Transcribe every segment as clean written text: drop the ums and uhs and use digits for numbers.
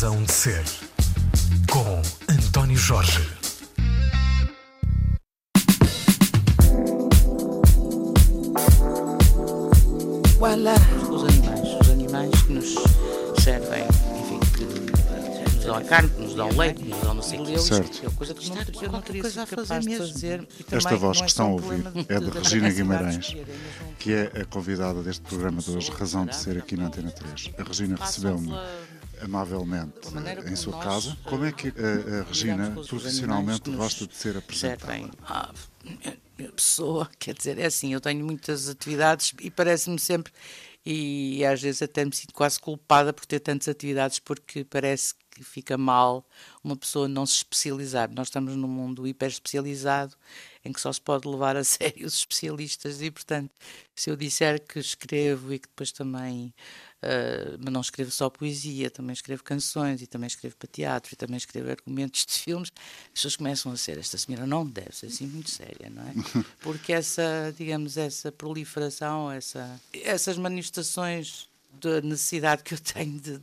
Razão de Ser, com António Jorge. Os animais que nos servem, enfim, que nos dão a carne, que nos dão leite, que nos dão não sei o que. Certo. É uma coisa que eu não teria sido capaz de fazer. Esta voz que estão a ouvir é de Regina Guimarães, que é a convidada deste programa de hoje, Razão de Ser, aqui na Antena 3. A Regina recebeu-me amavelmente em sua casa. Como é que a Regina profissionalmente gosta de ser apresentada? A pessoa, quer dizer, é assim, eu tenho muitas atividades e parece-me sempre, e às vezes até me sinto quase culpada por ter tantas atividades, porque parece que fica mal uma pessoa não se especializar. Nós estamos num mundo hiper especializado em que só se pode levar a sério os especialistas e, portanto, se eu disser que escrevo e que depois também, mas não escrevo só poesia, também escrevo canções e também escrevo para teatro e também escrevo argumentos de filmes, as pessoas começam a ser, esta senhora não deve ser assim muito séria, não é? Porque essa, digamos, essa proliferação, essas manifestações da necessidade que eu tenho de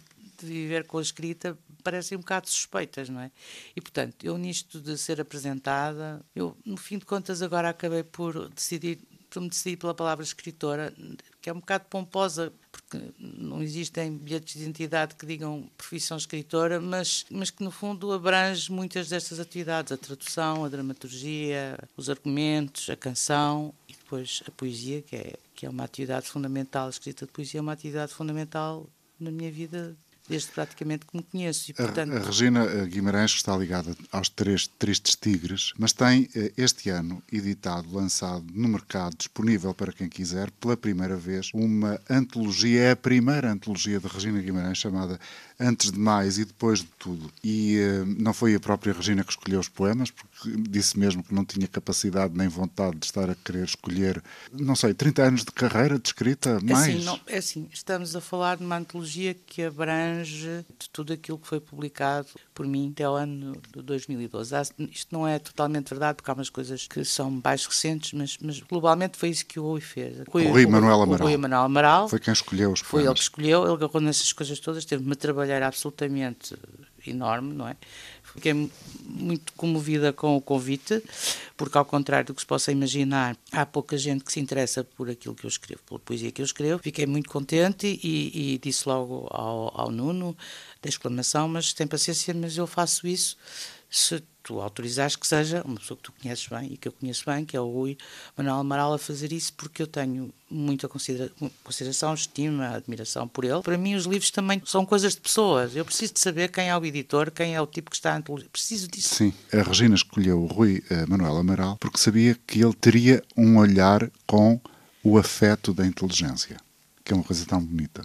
viver com a escrita parecem um bocado suspeitas, não é? E, portanto, eu nisto de ser apresentada, eu, no fim de contas, agora acabei por me decidir pela palavra escritora, que é um bocado pomposa, porque não existem bilhetes de identidade que digam profissão escritora, mas que, no fundo, abrange muitas destas atividades, a tradução, a dramaturgia, os argumentos, a canção e depois a poesia, que é uma atividade fundamental. A escrita de poesia é uma atividade fundamental na minha vida, desde praticamente que me conheço. E, portanto... A Regina Guimarães está ligada aos Três Tristes Tigres, mas tem este ano editado, lançado no mercado, disponível para quem quiser, pela primeira vez, uma antologia, é a primeira antologia de Regina Guimarães, chamada Antes de Mais e Depois de Tudo. E não foi a própria Regina que escolheu os poemas, porque disse mesmo que não tinha capacidade nem vontade de estar a querer escolher, não sei, 30 anos de carreira de escrita, mais? É assim, estamos a falar de uma antologia que abrange de tudo aquilo que foi publicado por mim até o ano de 2012. Isto não é totalmente verdade, porque há umas coisas que são mais recentes, mas globalmente foi isso que o Rui fez. O Rui Manuel Amaral. Foi quem escolheu os poemas. Foi ele que escolheu, ele agarrou nessas coisas todas, teve-me a trabalhar absolutamente enorme, não é? Fiquei muito comovida com o convite, porque, ao contrário do que se possa imaginar, há pouca gente que se interessa por aquilo que eu escrevo, pela poesia que eu escrevo. Fiquei muito contente e disse logo ao Nuno, da exclamação, mas tem paciência, mas eu faço isso se tu autorizares que seja uma pessoa que tu conheces bem e que eu conheço bem, que é o Rui Manuel Amaral, a fazer isso, porque eu tenho muita consideração, estima, admiração por ele. Para mim, os livros também são coisas de pessoas. Eu preciso de saber quem é o editor, quem é o tipo que está a antologia. Preciso disso. Sim, a Regina escolheu o Rui Manuel Amaral porque sabia que ele teria um olhar com o afeto da inteligência, que é uma coisa tão bonita.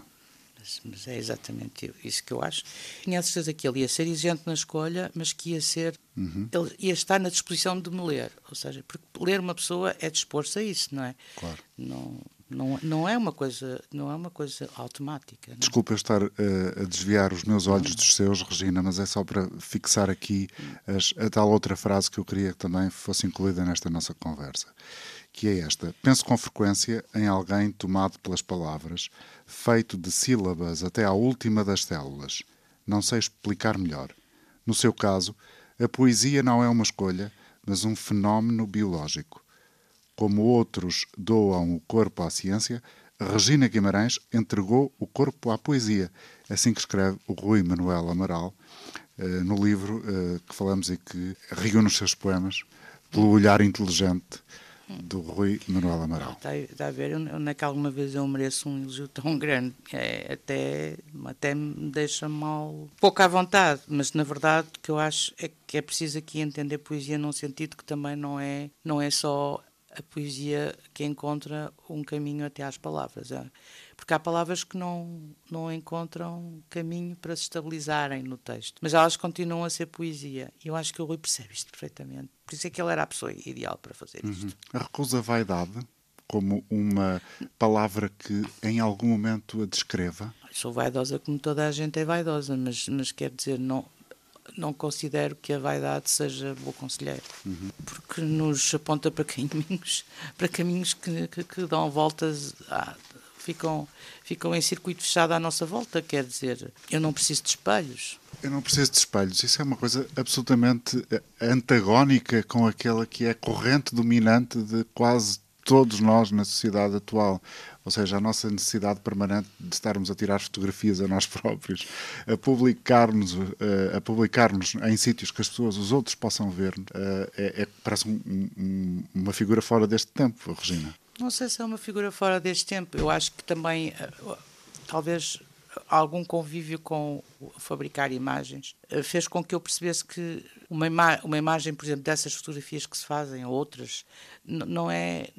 Mas é exatamente isso que eu acho. Tinha a certeza que ele ia ser exigente na escolha, mas que ia ser... Ele ia estar na disposição de me ler. Ou seja, porque ler uma pessoa é dispor-se a isso, não é? Claro. Não é uma coisa automática. Não? Desculpa eu estar a desviar os meus olhos dos seus, Regina, mas é só para fixar aqui a tal outra frase que eu queria que também fosse incluída nesta nossa conversa, que é esta: penso com frequência em alguém tomado pelas palavras, feito de sílabas até à última das células. Não sei explicar melhor. No seu caso, a poesia não é uma escolha, mas um fenómeno biológico. Como outros doam o corpo à ciência, Regina Guimarães entregou o corpo à poesia. Assim que escreve o Rui Manuel Amaral, no livro que falamos e que reúne os seus poemas pelo olhar inteligente do Rui Manuel Amaral. Está a ver, não é que alguma vez eu mereço um elogio tão grande, até me deixa mal, pouco à vontade, mas na verdade o que eu acho é que é preciso aqui entender poesia num sentido que também não é só a poesia que encontra um caminho até às palavras, porque há palavras que não encontram caminho para se estabilizarem no texto, mas elas continuam a ser poesia, e eu acho que o Rui percebe isto perfeitamente, por isso é que ele era a pessoa ideal para fazer isto. A recusa vaidade como uma palavra que em algum momento a descreva? Sou vaidosa como toda a gente é vaidosa, mas quer dizer, não considero que a vaidade seja boa conselheira, porque nos aponta para caminhos que dão voltas ficam em circuito fechado à nossa volta. Quer dizer, eu não preciso de espelhos. Eu não preciso de espelhos. Isso é uma coisa absolutamente antagónica com aquela que é corrente dominante de quase todos nós na sociedade atual. Ou seja, a nossa necessidade permanente de estarmos a tirar fotografias a nós próprios, a publicar-nos em sítios que as pessoas, os outros, possam ver, parece uma figura fora deste tempo, Regina. Não sei se é uma figura fora deste tempo. Eu acho que também, talvez, algum convívio com o fabricar imagens fez com que eu percebesse que uma imagem, por exemplo, dessas fotografias que se fazem, ou outras, não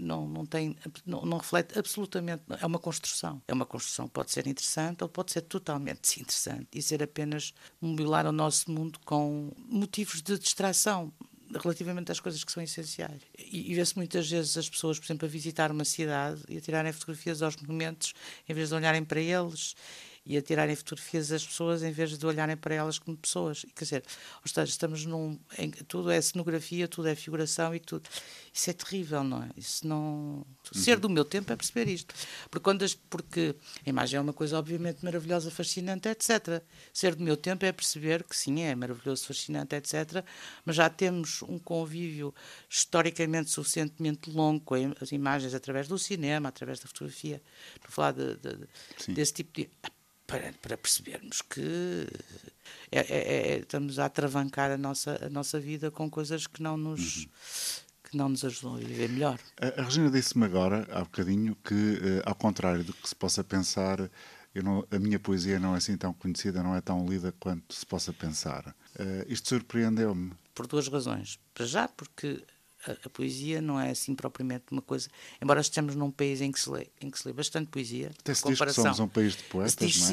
reflete absolutamente, é uma construção. É uma construção, pode ser interessante ou pode ser totalmente desinteressante e ser apenas mobilar o nosso mundo com motivos de distração relativamente às coisas que são essenciais. E vê-se muitas vezes as pessoas, por exemplo, a visitar uma cidade e a tirarem fotografias aos monumentos em vez de olharem para eles, e a tirarem fotografias das pessoas em vez de olharem para elas como pessoas. Quer dizer, ou seja, estamos tudo é cenografia, tudo é figuração e tudo. Isso é terrível, não é? Isso não... Ser do meu tempo é perceber isto. Porque a imagem é uma coisa obviamente maravilhosa, fascinante, etc. Ser do meu tempo é perceber que sim, é maravilhoso, fascinante, etc. Mas já temos um convívio historicamente suficientemente longo com as imagens através do cinema, através da fotografia. Estou a falar desse tipo de... Para percebermos que estamos a atravancar a nossa vida com coisas que não nos ajudam a viver melhor. A Regina disse-me agora, há bocadinho, que, ao contrário do que se possa pensar, a minha poesia não é assim tão conhecida, não é tão lida quanto se possa pensar. Isto surpreendeu-me. Por duas razões. Para já, porque a poesia não é assim propriamente uma coisa, embora estejamos num país em que se lê bastante poesia. Até se diz que somos um país de poetas, não é?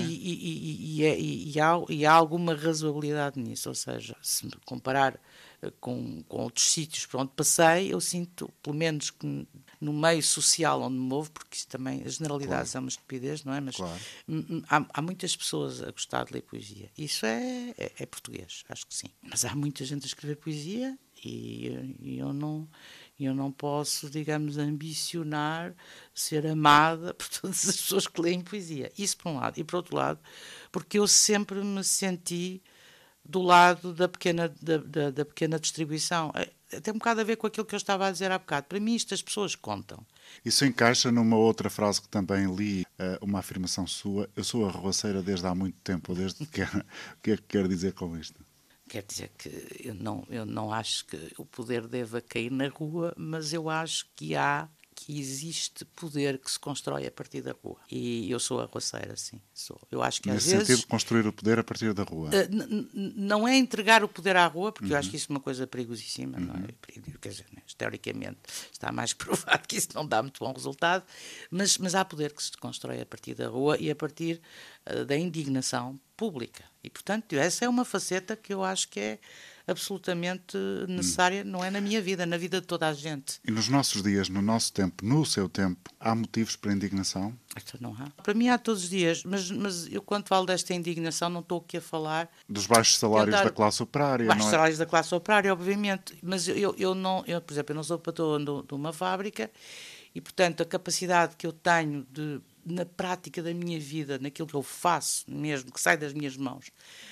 E há alguma razoabilidade nisso, ou seja, se me comparar com outros sítios por onde passei, eu sinto, pelo menos que no meio social onde me movo, porque isso também, as generalidades é uma estupidez, não é? Mas há muitas pessoas a gostar de ler poesia. Isso é português, acho que sim. Mas há muita gente a escrever poesia e eu não posso, digamos, ambicionar ser amada por todas as pessoas que leem poesia. Isso por um lado. E por outro lado, porque eu sempre me senti do lado da pequena distribuição. Tem um bocado a ver com aquilo que eu estava a dizer há bocado. Para mim, isto as pessoas contam. Isso encaixa numa outra frase que também li, uma afirmação sua: eu sou arruaceira desde há muito tempo, desde pequena. O que é que quer dizer com isto? Quer dizer que eu não acho que o poder deva cair na rua, mas eu acho que existe poder que se constrói a partir da rua. E eu sou arruaceira, sim. Eu acho que nesse às vezes... sentido de construir o poder a partir da rua. Não é entregar o poder à rua, porque eu acho que isso é uma coisa perigosíssima, não é? Quer dizer, teoricamente está mais que provado que isso não dá muito bom resultado, mas há poder que se constrói a partir da rua e a partir da indignação pública. E, portanto, essa é uma faceta que eu acho que é absolutamente necessária, não é na minha vida, na vida de toda a gente. E nos nossos dias, no nosso tempo, no seu tempo, há motivos para indignação? Então não há. Para mim há todos os dias, mas eu quando falo desta indignação não estou aqui a falar... Dos baixos salários da classe operária, baixos salários da classe operária, obviamente, mas por exemplo, eu não sou patrão de uma fábrica e, portanto, a capacidade que eu tenho na prática da minha vida, naquilo que eu faço mesmo, que sai das minhas mãos,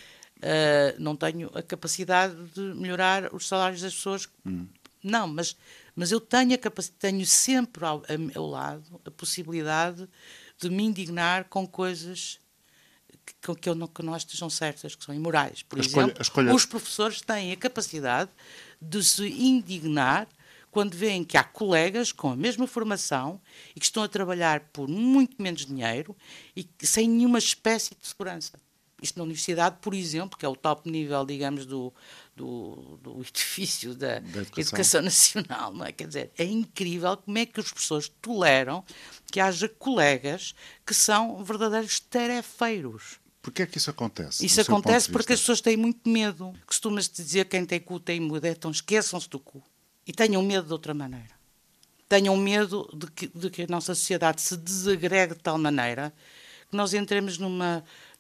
não tenho a capacidade de melhorar os salários das pessoas. Não, mas eu tenho sempre ao lado a possibilidade de me indignar com coisas que não estejam certas, que são imorais. Por exemplo, os professores têm a capacidade de se indignar quando veem que há colegas com a mesma formação e que estão a trabalhar por muito menos dinheiro e sem nenhuma espécie de segurança. Isto na universidade, por exemplo, que é o top nível, digamos, do edifício da educação nacional, não é? Quer dizer, é incrível como é que as pessoas toleram que haja colegas que são verdadeiros tarefeiros. Porquê é que isso acontece? Isso acontece porque as pessoas têm muito medo. Costuma-se dizer que quem tem cu tem medo, então esqueçam-se do cu. E tenham medo de outra maneira. Tenham medo de que a nossa sociedade se desagregue de tal maneira que nós entremos numa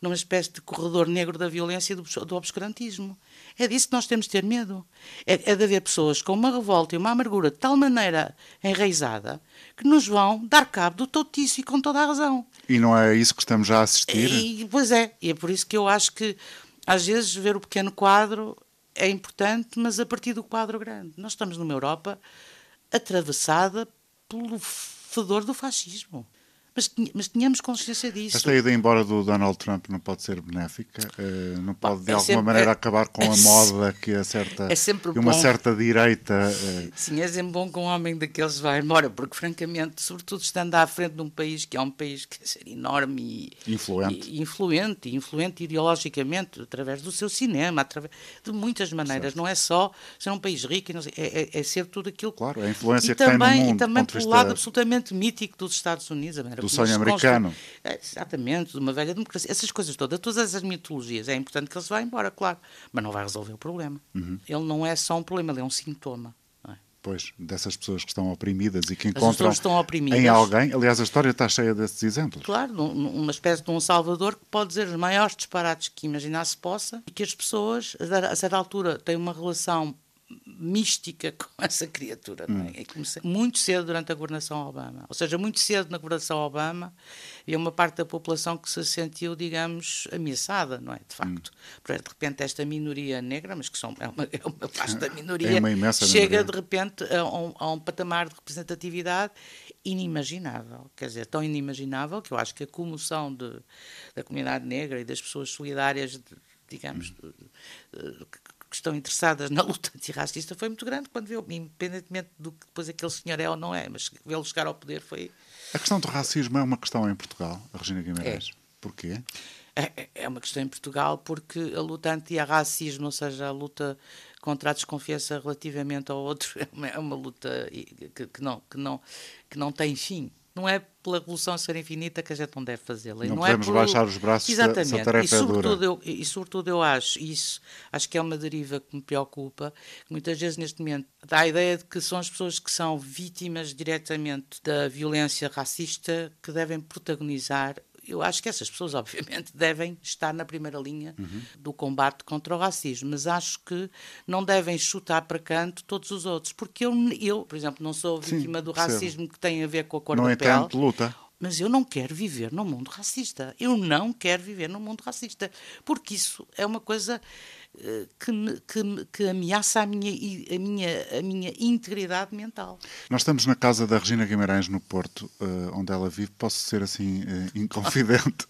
numa espécie de corredor negro da violência e do obscurantismo. É disso que nós temos de ter medo. É de haver pessoas com uma revolta e uma amargura de tal maneira enraizada que nos vão dar cabo do totiço e com toda a razão. E não é isso que estamos já a assistir? Pois é. E é por isso que eu acho que, às vezes, ver o pequeno quadro é importante, mas a partir do quadro grande. Nós estamos numa Europa atravessada pelo fedor do fascismo. Mas tínhamos consciência disso. Esta ida embora do Donald Trump não pode ser benéfica? Não pode, de alguma sempre, maneira, acabar com a moda que uma certa direita... Sim, é sempre bom que um homem daqueles vá embora, porque, francamente, sobretudo estando à frente de um país que é um país que é enorme e influente ideologicamente, através do seu cinema, através de muitas maneiras. Certo. Não é só ser um país rico, é ser tudo aquilo... Claro, a influência que tem no mundo. E também pelo lado absolutamente mítico dos Estados Unidos, do sonho americano. Exatamente, de uma velha democracia. Essas coisas todas essas mitologias. É importante que ele se vá embora, claro. Mas não vai resolver o problema. Uhum. Ele não é só um problema, ele é um sintoma. Não é? Pois, dessas pessoas que estão oprimidas e que encontram oprimidas, em alguém. Aliás, a história está cheia desses exemplos. Claro, uma espécie de um salvador que pode dizer os maiores disparates que imaginar se possa e que as pessoas, a certa altura, têm uma relação mística com essa criatura, não é? E comecei muito cedo durante a governação Obama. Ou seja, muito cedo na governação Obama, havia uma parte da população que se sentiu, digamos, ameaçada, não é? De facto. De repente, esta minoria negra, mas que é uma vasta minoria, chega minoria. De repente a um patamar de representatividade inimaginável. Quer dizer, tão inimaginável que eu acho que a comoção da comunidade negra e das pessoas solidárias, digamos, que estão interessadas na luta antirracista foi muito grande quando viu, independentemente do que depois aquele senhor é ou não é, mas vê-lo chegar ao poder foi... A questão do racismo é uma questão em Portugal, a Regina Guimarães. Porquê? É uma questão em Portugal porque a luta anti-racismo, ou seja, a luta contra a desconfiança relativamente ao outro, é uma luta que não tem fim. Não é pela revolução ser infinita que a gente não deve fazê-la. Não podemos baixar os braços. Exatamente. Se a tarefa é dura. E sobretudo eu acho que é uma deriva que me preocupa, que muitas vezes neste momento dá a ideia de que são as pessoas que são vítimas diretamente da violência racista que devem protagonizar. Eu acho que essas pessoas, obviamente, devem estar na primeira linha do combate contra o racismo, mas acho que não devem chutar para canto todos os outros, porque eu por exemplo, não sou vítima do racismo que tem a ver com a cor da pele. Não é tanto luta. Mas eu não quero viver num mundo racista. Eu não quero viver num mundo racista, porque isso é uma coisa que ameaça a minha integridade mental. Nós estamos na casa da Regina Guimarães, no Porto, onde ela vive. Posso ser assim inconfidente?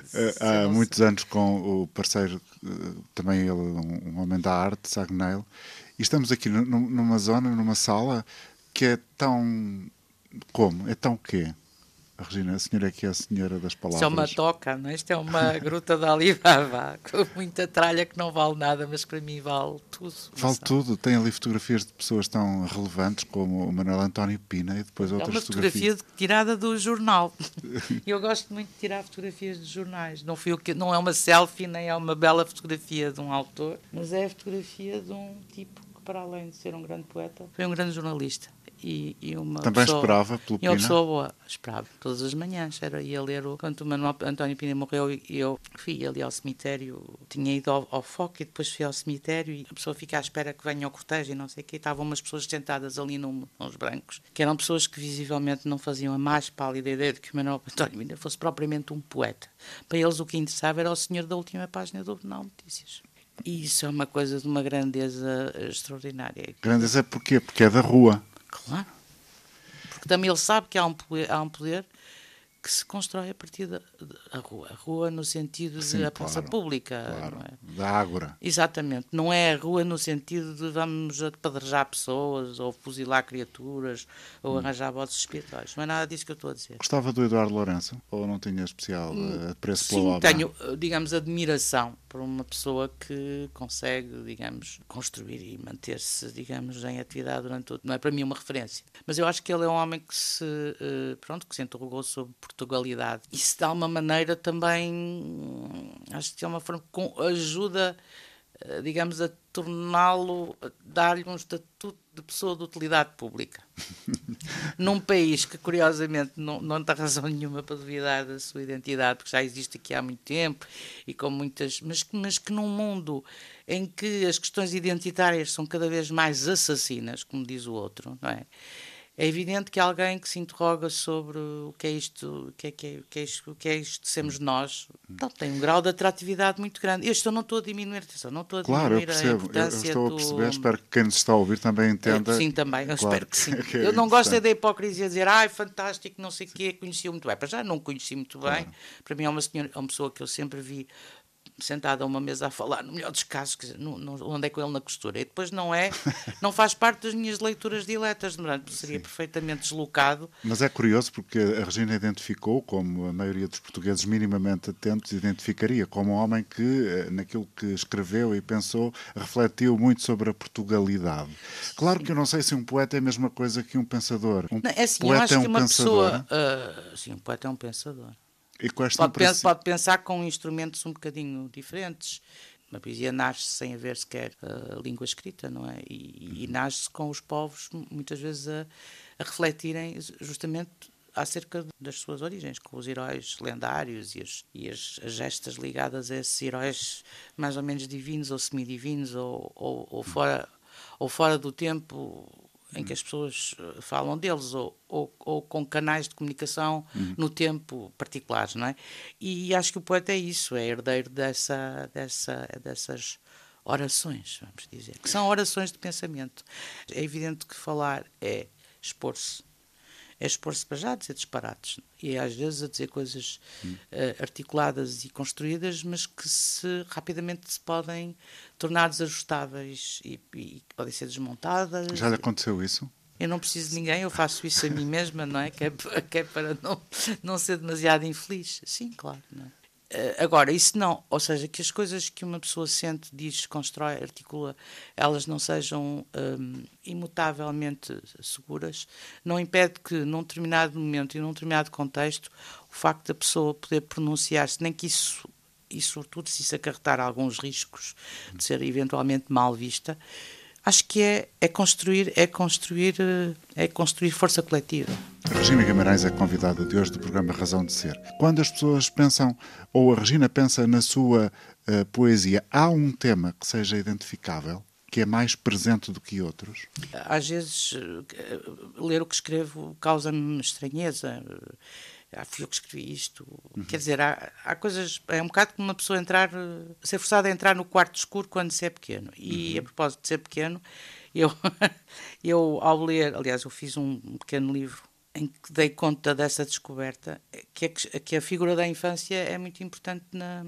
Há muitos anos com o parceiro, também ele, um homem da arte, Sagneil, e estamos aqui numa zona, numa sala que é tão... Como? É tão quê? A Regina, a senhora é que é a senhora das palavras. Isto é uma toca, não é? Isto é uma gruta de Alibaba, com muita tralha que não vale nada, mas que para mim vale tudo. Vale tudo. Tem ali fotografias de pessoas tão relevantes como o Manuel António Pina e depois outras fotografias. É uma fotografia tirada do jornal. Eu gosto muito de tirar fotografias de jornais. Não é uma selfie, nem é uma bela fotografia de um autor, mas é a fotografia de um tipo que, para além de ser um grande poeta, foi um grande jornalista. E uma também pessoa, esperava pelo Pina? E uma pessoa boa. Esperava todas as manhãs. Ia ler quando o Manuel António Pina morreu, eu fui ali ao cemitério, tinha ido ao foco e depois fui ao cemitério e a pessoa fica à espera que venha ao cortejo e não sei o quê. Estavam umas pessoas sentadas ali nos brancos, que eram pessoas que visivelmente não faziam a mais pálida ideia de que o Manuel António Pina fosse propriamente um poeta. Para eles o que interessava era o senhor da última página do Jornal Notícias. E isso é uma coisa de uma grandeza extraordinária. Grandeza porquê? Porque é da rua. Claro, porque também ele sabe que há um poder que se constrói a partir da rua. A rua no sentido de a praça pública. Claro, não é? Da ágora. Exatamente. Não é a rua no sentido de vamos apedrejar pessoas ou fuzilar criaturas ou arranjar bodes expiatórios. Não é nada disso que eu estou a dizer. Gostava do Eduardo Lourenço? Ou não tinha especial apreço pela obra? Sim, tenho, digamos, admiração por uma pessoa que consegue, digamos, construir e manter-se, digamos, em atividade durante tudo. Não é para mim uma referência. Mas eu acho que ele é um homem que se interrogou sobre Portugalidade. Isso de alguma maneira também, acho que é uma forma que ajuda, digamos, a torná-lo, a dar-lhe um estatuto de pessoa de utilidade pública. Num país que, curiosamente, não tem razão nenhuma para duvidar da sua identidade, porque já existe aqui há muito tempo, e com muitas, mas que num mundo em que as questões identitárias são cada vez mais assassinas, como diz o outro, não é? É evidente que alguém que se interroga sobre o que é isto, o que é isto de sermos nós, então, tem um grau de atratividade muito grande. Eu não estou a diminuir, atenção, não estou a Claro, eu diminuir a percebo, eu importância estou a perceber, espero que quem nos está a ouvir também entenda. Sim, também, eu Claro, espero que sim. que é Eu não gosto importante. da hipocrisia de dizer, ai, fantástico, não sei o quê, conheci-o muito bem. Para já não conheci muito bem. Claro. Para mim é uma pessoa que eu sempre vi sentada a uma mesa a falar, no melhor dos casos, quer dizer, onde é com ele na costura. E depois não faz parte das minhas leituras diletas, portanto, seria perfeitamente deslocado. Mas é curioso porque a Regina identificou, como a maioria dos portugueses minimamente atentos, identificaria como um homem que, naquilo que escreveu e pensou, refletiu muito sobre a Portugalidade. Claro que eu não sei se um poeta é a mesma coisa que um pensador. Não, é assim, eu Poeta acho é um que uma pensador. pessoa... sim, um poeta é um pensador. E questão Pode pensar com instrumentos um bocadinho diferentes. A poesia nasce sem haver sequer língua escrita, não é? E nasce com os povos, muitas vezes, a refletirem justamente acerca das suas origens, com os heróis lendários e as gestas ligadas a esses heróis mais ou menos divinos ou semidivinos ou fora do tempo em que as pessoas falam deles, ou com canais de comunicação no tempo particulares, não é? E acho que o poeta é isso, é herdeiro dessas orações, vamos dizer, que são orações de pensamento. É evidente que falar é expor-se. É expor-se para já a dizer disparates. E às vezes a dizer coisas articuladas e construídas, mas que rapidamente se podem tornar desajustáveis e podem ser desmontadas. Já lhe aconteceu isso? Eu não preciso de ninguém, eu faço isso a mim mesma, não é? Que é para não ser demasiado infeliz. Sim, claro. Não é? Agora, isso não, ou seja, que as coisas que uma pessoa sente, diz, constrói, articula, elas não sejam imutavelmente seguras, não impede que num determinado momento e num determinado contexto o facto da pessoa poder pronunciar-se, nem que isso sobretudo se isso acarretar alguns riscos de ser eventualmente mal vista, acho que é construir força coletiva. A Regina Guimarães é convidada de hoje do programa Razão de Ser. Quando as pessoas pensam, ou a Regina pensa na sua poesia, há um tema que seja identificável, que é mais presente do que outros? Às vezes, ler o que escrevo causa-me estranheza. Fui eu que escrevi isto. Quer dizer, há coisas... É um bocado como uma pessoa ser forçada a entrar no quarto escuro quando se é pequeno. E a propósito de ser pequeno, eu ao ler... Aliás, eu fiz um pequeno livro em que dei conta dessa descoberta, que a figura da infância é muito importante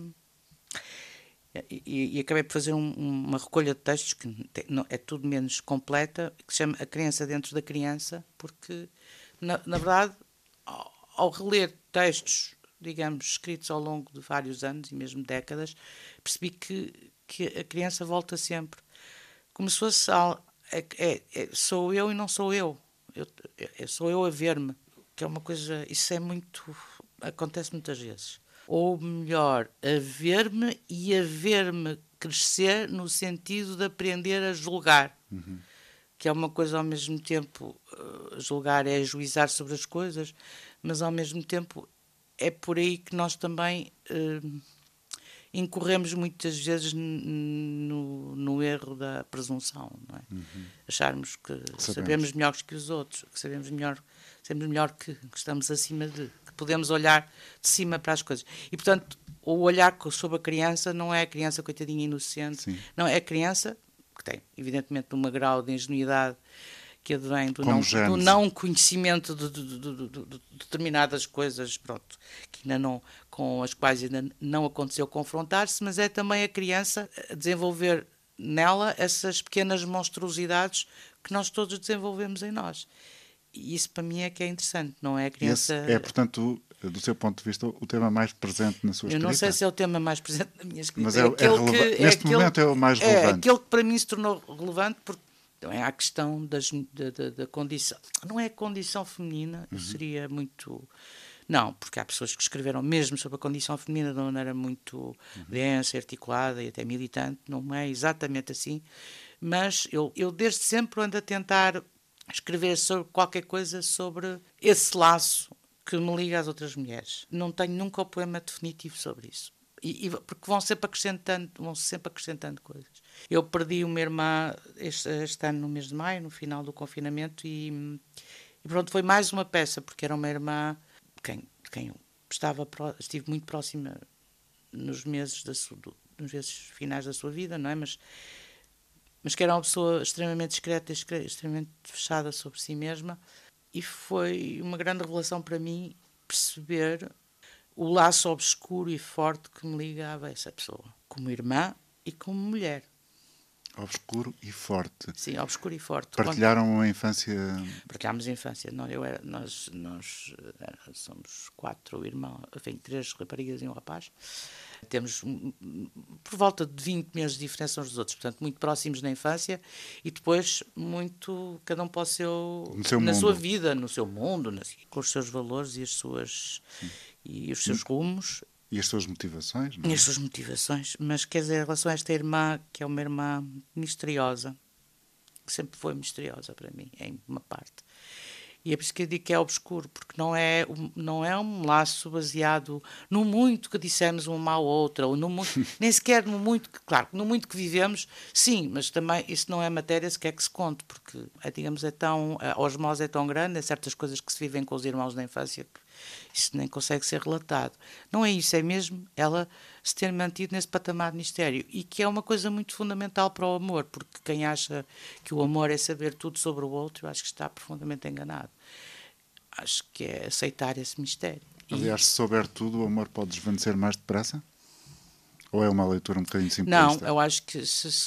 e acabei por fazer uma recolha de textos que é tudo menos completa, que se chama A Criança Dentro da Criança, porque, na verdade, ao reler textos, digamos, escritos ao longo de vários anos e mesmo décadas, percebi que a criança volta sempre, como se fosse... sou eu e não sou eu. Sou eu a ver-me, que é uma coisa... Isso é muito... Acontece muitas vezes. Ou melhor, a ver-me e a ver-me crescer no sentido de aprender a julgar. Que é uma coisa ao mesmo tempo... julgar é ajuizar sobre as coisas, mas ao mesmo tempo é por aí que nós também incorremos muitas vezes no erro da presunção, não é? Acharmos que sabemos melhor que os outros, que sabemos melhor que estamos acima que podemos olhar de cima para as coisas. E, portanto, o olhar sobre a criança não é a criança coitadinha inocente, Sim. não é a criança que tem, evidentemente, um grau de ingenuidade que advém do não conhecimento de determinadas coisas, pronto, que ainda não, com as quais ainda não aconteceu confrontar-se, mas é também a criança a desenvolver nela essas pequenas monstruosidades que nós todos desenvolvemos em nós. E isso para mim é que é interessante, não é a criança... Esse é, portanto, do seu ponto de vista, o tema mais presente na sua escrita? Eu não sei se é o tema mais presente na minha escrita. Mas neste momento é o mais relevante. É aquele que para mim se tornou relevante porque então é a questão da condição. Não é a condição feminina, seria muito... Não, porque há pessoas que escreveram mesmo sobre a condição feminina de uma maneira muito densa, articulada e até militante. Não é exatamente assim. Mas eu desde sempre ando a tentar escrever sobre qualquer coisa sobre esse laço que me liga às outras mulheres. Não tenho nunca o poema definitivo sobre isso. Porque vão sempre acrescentando coisas. Eu perdi uma irmã este ano, no mês de maio, no final do confinamento, e pronto, foi mais uma peça, porque era uma irmã de quem eu estive muito próxima nos meses finais da sua vida, não é? Mas que era uma pessoa extremamente discreta, extremamente fechada sobre si mesma, e foi uma grande revelação para mim perceber o laço obscuro e forte que me ligava a essa pessoa, como irmã e como mulher. Obscuro e forte. Sim, obscuro e forte. Partilharam a infância? Partilhámos a infância. Nós somos 4 irmãos, enfim, 3 raparigas e um rapaz. Temos por volta de 20 meses de diferença uns dos outros, portanto, muito próximos na infância, e depois muito, cada um para o seu, na sua vida, no seu mundo, com os seus valores e e os seus rumos. E as suas motivações, não é? E as suas motivações. Mas, quer dizer, em relação a esta irmã, que é uma irmã misteriosa, que sempre foi misteriosa para mim, em uma parte. E é por isso que eu digo que é obscuro, porque não é um laço baseado no muito que dissemos uma à outra, ou nem sequer no muito, claro, no muito que vivemos, sim, mas também isso não é matéria sequer que se conte, porque, digamos, a osmose é tão grande, há certas coisas que se vivem com os irmãos da infância que isso nem consegue ser relatado. Não é isso, é mesmo ela se ter mantido nesse patamar de mistério, e que é uma coisa muito fundamental para o amor, porque quem acha que o amor é saber tudo sobre o outro, eu acho que está profundamente enganado. Acho que é aceitar esse mistério. Aliás, se souber tudo, o amor pode desvanecer mais depressa? Ou é uma leitura um bocadinho simplista? Não, eu acho que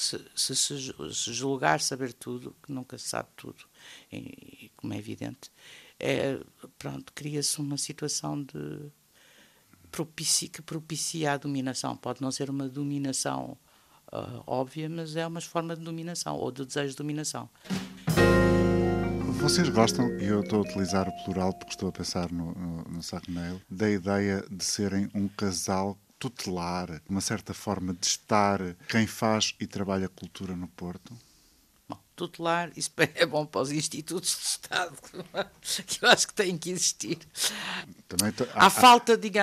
se julgar saber tudo, que nunca se sabe tudo, e como é evidente, pronto, cria-se uma situação que propicia a dominação. Pode não ser uma dominação óbvia, mas é uma forma de dominação, ou de desejo de dominação. Vocês gostam, e eu estou a utilizar o plural porque estou a pensar no Sarneil, da ideia de serem um casal tutelar, uma certa forma de estar quem faz e trabalha cultura no Porto? Bom, tutelar, isso é bom para os institutos de Estado, que eu acho que têm que existir. Também há falta de...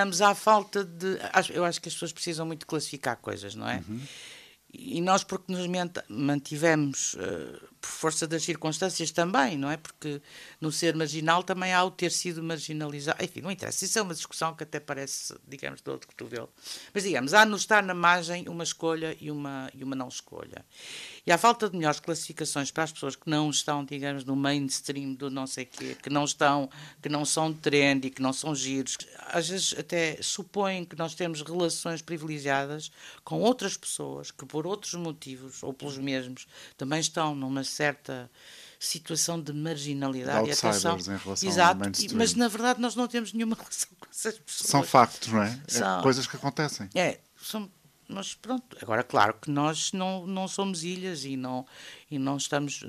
Eu acho que as pessoas precisam muito de classificar coisas, não é? Uhum. E nós, porque nos mantivemos por força das circunstâncias também, não é? Porque no ser marginal também há o ter sido marginalizado. Enfim, não interessa. Isso é uma discussão que até parece, digamos, de outro cotovelo. Mas, digamos, há no estar na margem uma escolha e uma não escolha. E há falta de melhores classificações para as pessoas que não estão, digamos, no mainstream do não sei quê, que não são trend e que não são giros. Às vezes até supõem que nós temos relações privilegiadas com outras pessoas que, por outros motivos, ou pelos mesmos, também estão numa certa situação de marginalidade de e atenção. Em relação Exato, ao mainstream. Mas na verdade nós não temos nenhuma relação com essas pessoas. São factos, não é? Coisas que acontecem. Mas pronto, agora claro que nós não somos ilhas e não estamos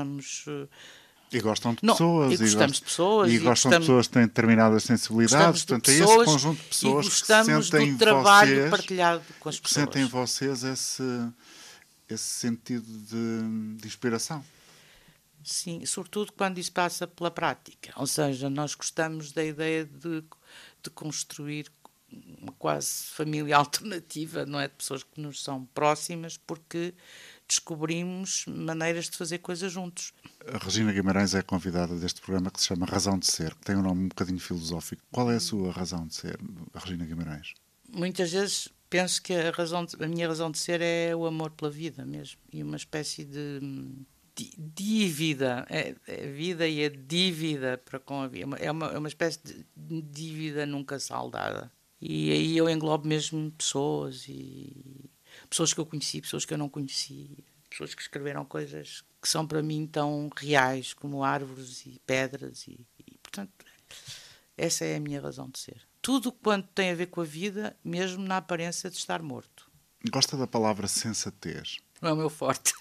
e gostam de pessoas. E gostamos de pessoas. E gostam de pessoas que têm determinadas sensibilidades. Portanto, é esse conjunto de pessoas que sentem do trabalho vocês, partilhado com as pessoas. Que sentem em vocês esse sentido de inspiração. Sim, sobretudo quando isso passa pela prática. Ou seja, nós gostamos da ideia de construir uma quase família alternativa, não é? De pessoas que nos são próximas, porque descobrimos maneiras de fazer coisas juntos. A Regina Guimarães é a convidada deste programa que se chama Razão de Ser, que tem um nome um bocadinho filosófico. Qual é a sua razão de ser, Regina Guimarães? Muitas vezes penso que a minha razão de ser é o amor pela vida mesmo, e uma espécie de dívida, é vida e é dívida para com a vida, é uma espécie de dívida nunca saldada. E aí eu englobo mesmo pessoas que eu conheci, pessoas que eu não conheci, pessoas que escreveram coisas que são para mim tão reais como árvores e pedras e portanto, essa é a minha razão de ser. Tudo quanto tem a ver com a vida, mesmo na aparência de estar morto. Gosta da palavra sensatez? Não é o meu forte.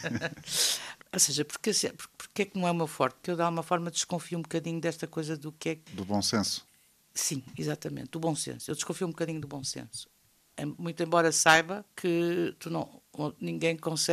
Ou seja, porque é que não é o meu forte? Porque eu, de alguma forma, desconfio um bocadinho desta coisa do que é... Do bom senso? Sim, exatamente, do bom senso. Eu desconfio um bocadinho do bom senso. Muito embora saiba que ninguém consegue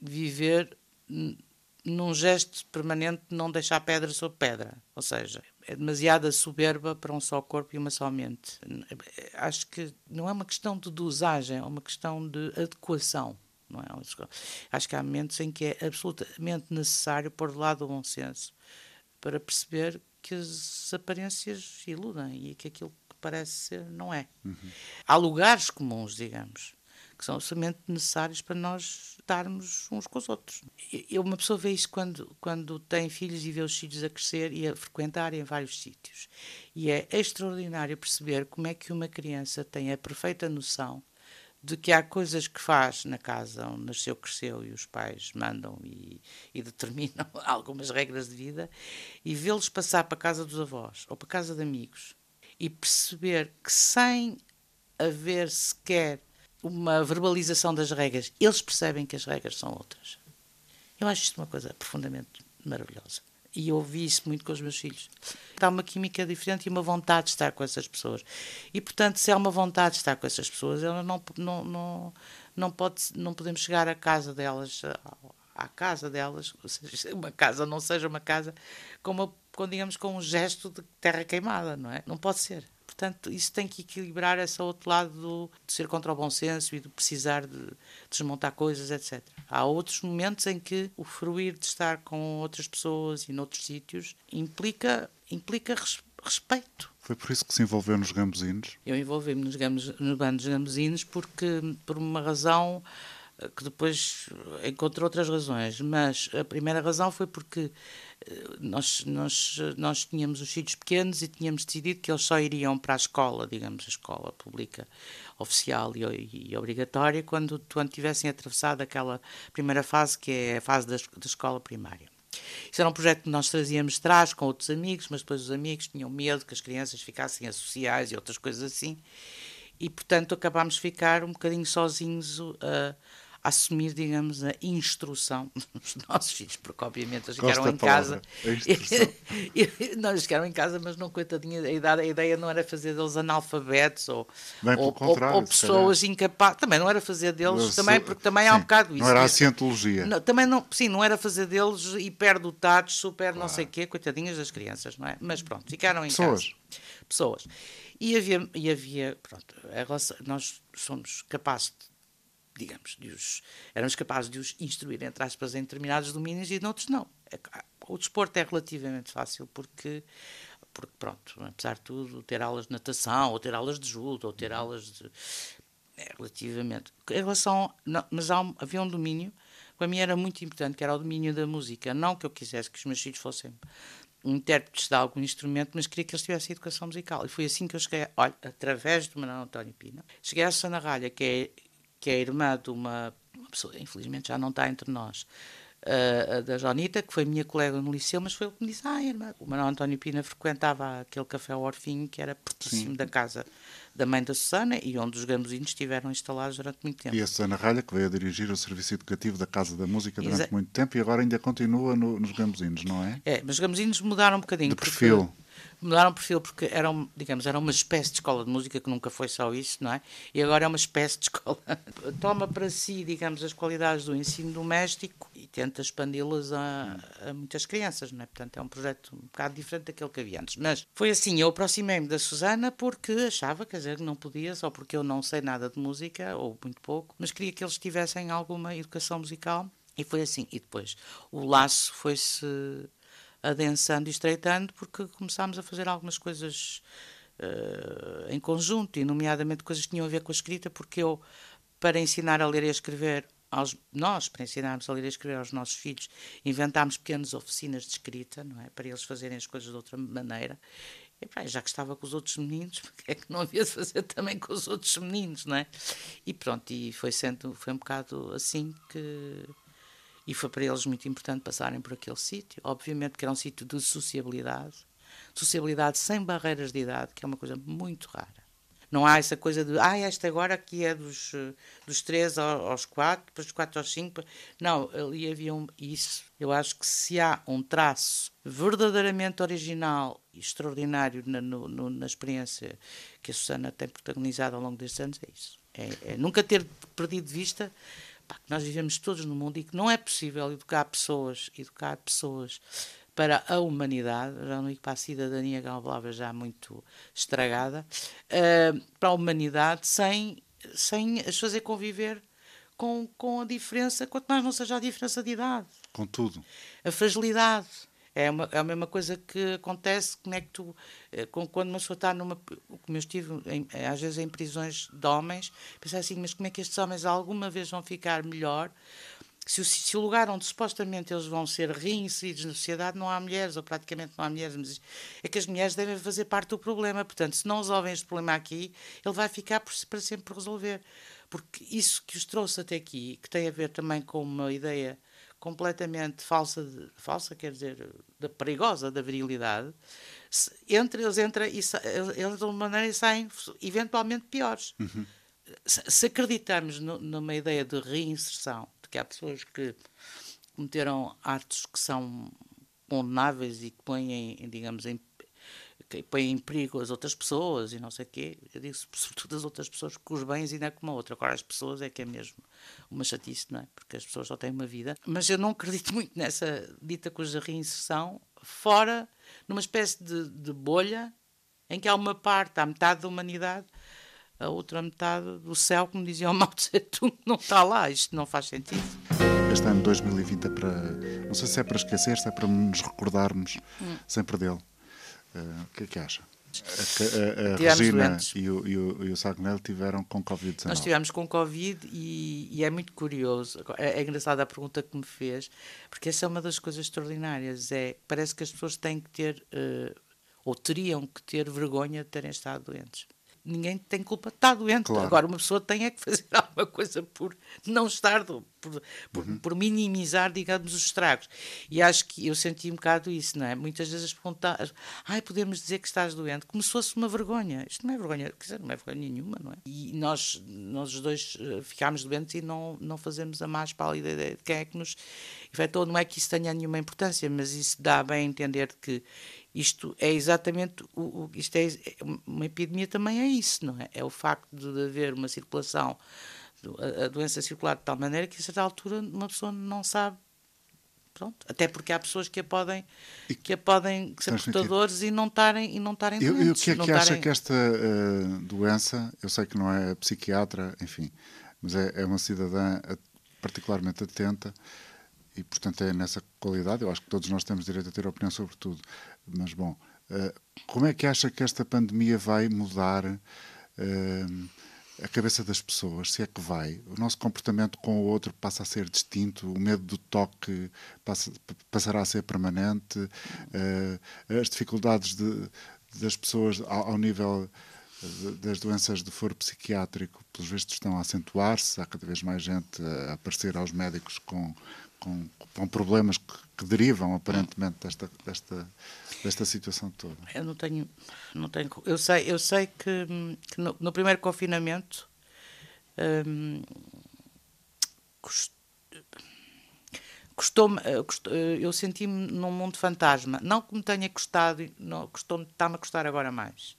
viver num gesto permanente de não deixar pedra sobre pedra. Ou seja, é demasiada soberba para um só corpo e uma só mente. Acho que não é uma questão de dosagem, é uma questão de adequação. Não é? Acho que há momentos em que é absolutamente necessário pôr de lado o bom senso para perceber que as aparências iludem e que aquilo que parece ser não é. Há lugares comuns, digamos, que são absolutamente necessários para nós estarmos uns com os outros. Uma pessoa vê isso quando tem filhos e vê os filhos a crescer e a frequentar em vários sítios. E é extraordinário perceber como é que uma criança tem a perfeita noção de que há coisas que faz na casa onde nasceu, cresceu e os pais mandam e determinam algumas regras de vida, e vê-los passar para a casa dos avós ou para a casa de amigos e perceber que sem haver sequer uma verbalização das regras, eles percebem que as regras são outras. Eu acho isto uma coisa profundamente maravilhosa. E eu ouvi isso muito com os meus filhos. Há uma química diferente e uma vontade de estar com essas pessoas. E, portanto, se há uma vontade de estar com essas pessoas, ela não podemos chegar à casa delas, ou seja, uma casa não seja uma casa, digamos, com um gesto de terra queimada, não é? Não pode ser. Portanto, isso tem que equilibrar esse outro lado de ser contra o bom senso e de precisar de desmontar coisas, etc. Há outros momentos em que o fruir de estar com outras pessoas e noutros sítios implica respeito. Foi por isso que se envolveu nos Gambuzinos? Eu envolvi-me no bando dos Gambuzinos por uma razão que depois encontrou outras razões, mas a primeira razão foi porque nós tínhamos os filhos pequenos e tínhamos decidido que eles só iriam para a escola, digamos, a escola pública oficial e obrigatória, quando tivessem atravessado aquela primeira fase, que é a fase da escola primária. Isso era um projeto que nós trazíamos de trás com outros amigos, mas depois os amigos tinham medo que as crianças ficassem associais e outras coisas assim, e portanto acabámos de ficar um bocadinho sozinhos a assumir, digamos, a instrução dos nossos filhos, porque obviamente eles ficaram em casa. Não, eles ficaram em casa, mas não, coitadinha, a ideia não era fazer deles analfabetos ou pessoas incapazes. Também não era fazer deles, porque também há um bocado isso. Não era a cientologia. Não era fazer deles hiperdotados, super não sei o quê, coitadinhas das crianças, não é? Mas pronto, ficaram em casa. Pessoas. E havia pronto, nós somos capazes éramos capazes de os instruir, entre aspas, em determinados domínios e noutros não. O desporto é relativamente fácil porque pronto, apesar de tudo, ter aulas de natação, ou ter aulas de judo, ou ter aulas de... relativamente. Em relação... mas havia um domínio que para mim era muito importante, que era o domínio da música. Não que eu quisesse que os meus filhos fossem intérpretes de algum instrumento, mas queria que eles tivessem educação musical. E foi assim que eu cheguei, através do Manuel António Pina, cheguei à Susana Ralha, que é irmã de uma pessoa, infelizmente já não está entre nós, da Jonita, que foi minha colega no liceu, mas foi ele que me disse, irmã, o Manuel António Pina frequentava aquele café Orfinho, que era pertíssimo da casa da mãe da Susana e onde os Gambuzinos estiveram instalados durante muito tempo. E a Susana Ralha, que veio a dirigir o serviço educativo da Casa da Música durante muito tempo e agora ainda continua nos Gambuzinos, não é? Mas os Gambuzinos mudaram um bocadinho. De perfil. Mudaram o perfil porque era uma espécie de escola de música, que nunca foi só isso, não é? E agora é uma espécie de escola. Toma para si, digamos, as qualidades do ensino doméstico e tenta expandi-las a muitas crianças, não é? Portanto, é um projeto um bocado diferente daquele que havia antes. Mas foi assim, eu aproximei-me da Susana porque achava, quer dizer, que não podia, só porque eu não sei nada de música, ou muito pouco, mas queria que eles tivessem alguma educação musical. E foi assim. E depois o laço foi-se adensando e estreitando, porque começámos a fazer algumas coisas em conjunto, e nomeadamente coisas que tinham a ver com a escrita, porque eu, para ensinar a ler e a escrever, para ensinarmos a ler e a escrever aos nossos filhos, inventámos pequenas oficinas de escrita, não é? Para eles fazerem as coisas de outra maneira. E, já que estava com os outros meninos, porque é que não havia de fazer também com os outros meninos, não é? E pronto, e foi um bocado assim que... E foi para eles muito importante passarem por aquele sítio. Obviamente que era um sítio de sociabilidade sem barreiras de idade, que é uma coisa muito rara. Não há essa coisa de, esta agora aqui é dos 3 aos 4, depois dos 4 aos 5. Não, ali havia isso. Eu acho que se há um traço verdadeiramente original e extraordinário na experiência que a Susana tem protagonizado ao longo destes anos, é isso. É nunca ter perdido de vista que nós vivemos todos no mundo e que não é possível educar pessoas para a humanidade, já não digo para a cidadania, que é uma palavra já muito estragada, para a humanidade sem as fazer conviver com a diferença, quanto mais não seja a diferença de idade. Com tudo. A fragilidade. É a mesma coisa que acontece, como é que quando uma pessoa está como eu estive às vezes em prisões de homens, pensar assim, mas como é que estes homens alguma vez vão ficar melhor se o lugar onde supostamente eles vão ser reinseridos na sociedade não há mulheres, ou praticamente não há mulheres, mas é que as mulheres devem fazer parte do problema, portanto, se não resolvem este problema aqui, ele vai ficar para sempre por resolver, porque isso que os trouxe até aqui, que tem a ver também com uma ideia completamente falsa, quer dizer, perigosa da virilidade, eles entram de uma maneira e saem eventualmente piores. Uhum. Se acreditarmos numa ideia de reinserção, de que há pessoas que cometeram atos que são condenáveis e que põem, digamos, que põem em perigo as outras pessoas e não sei o quê, eu digo sobretudo as outras pessoas, que os bens ainda é como a outra. Agora as pessoas é que é mesmo uma chatice, não é? Porque as pessoas só têm uma vida. Mas eu não acredito muito nessa dita cuja reinserção, fora numa espécie de bolha em que há uma parte, há metade da humanidade, a outra metade do céu, como dizia o Mao Tse-tung, não está lá. Isto não faz sentido. Este ano 2020 é para, não sei se é para esquecer, se é para nos recordarmos sempre dele. O que é que acha? A Regina e o Sagnel tiveram com Covid-19. Nós tivemos com Covid e é muito curioso. É engraçada a pergunta que me fez, porque essa é uma das coisas extraordinárias. Parece que as pessoas têm que ter, ou teriam que ter vergonha de terem estado doentes. Ninguém tem culpa de estar doente. Claro. Agora, uma pessoa tem que fazer alguma coisa por não estar, por minimizar, digamos, os estragos. E acho que eu senti um bocado isso, não é? Muitas vezes perguntar, podemos dizer que estás doente, como se fosse uma vergonha. Isto não é vergonha, quer dizer, não é vergonha nenhuma, não é? E nós os dois ficámos doentes e não fazemos a mais pálida ideia de quem é que nos infectou. Não é que isso tenha nenhuma importância, mas isso dá bem a entender que isto é exatamente, uma epidemia também é isso, não é? É o facto de haver uma circulação, a doença circular de tal maneira que a certa altura uma pessoa não sabe, pronto, até porque há pessoas que podem ser portadores e não estarem doentes. E o que é que acha que esta doença, eu sei que não é psiquiatra, enfim, mas é uma cidadã particularmente atenta, e, portanto, é nessa qualidade, eu acho que todos nós temos direito a ter opinião sobre tudo. Mas, bom, como é que acha que esta pandemia vai mudar a cabeça das pessoas? Se é que vai? O nosso comportamento com o outro passa a ser distinto? O medo do toque passará a ser permanente? As dificuldades das pessoas ao nível das doenças de foro psiquiátrico, pelos vistos, estão a acentuar-se. Há cada vez mais gente a aparecer aos médicos com problemas que derivam aparentemente desta situação toda. Eu não tenho eu sei que no primeiro confinamento eu senti-me num mundo fantasma, não que me tenha custado, está-me a custar agora mais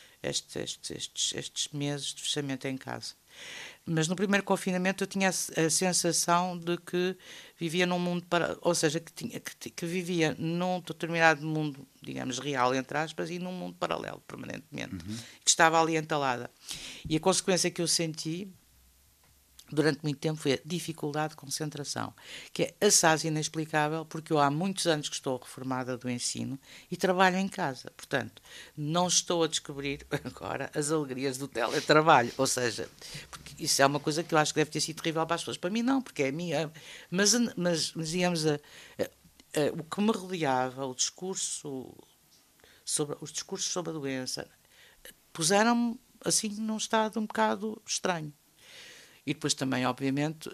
estes meses de fechamento em casa. Mas no primeiro confinamento eu tinha a sensação de que vivia num mundo ou seja, que vivia num determinado mundo, digamos, real, entre aspas, e num mundo paralelo, permanentemente, que estava ali entalada. E a consequência que eu senti durante muito tempo foi a dificuldade de concentração, que é assaz inexplicável, porque eu há muitos anos que estou reformada do ensino e trabalho em casa. Portanto, não estou a descobrir agora as alegrias do teletrabalho. Ou seja, porque isso é uma coisa que eu acho que deve ter sido terrível para as pessoas. Para mim não, porque é a minha... Mas digamos, o que me rodeava, os discursos sobre a doença, puseram-me assim num estado um bocado estranho. E depois também, obviamente,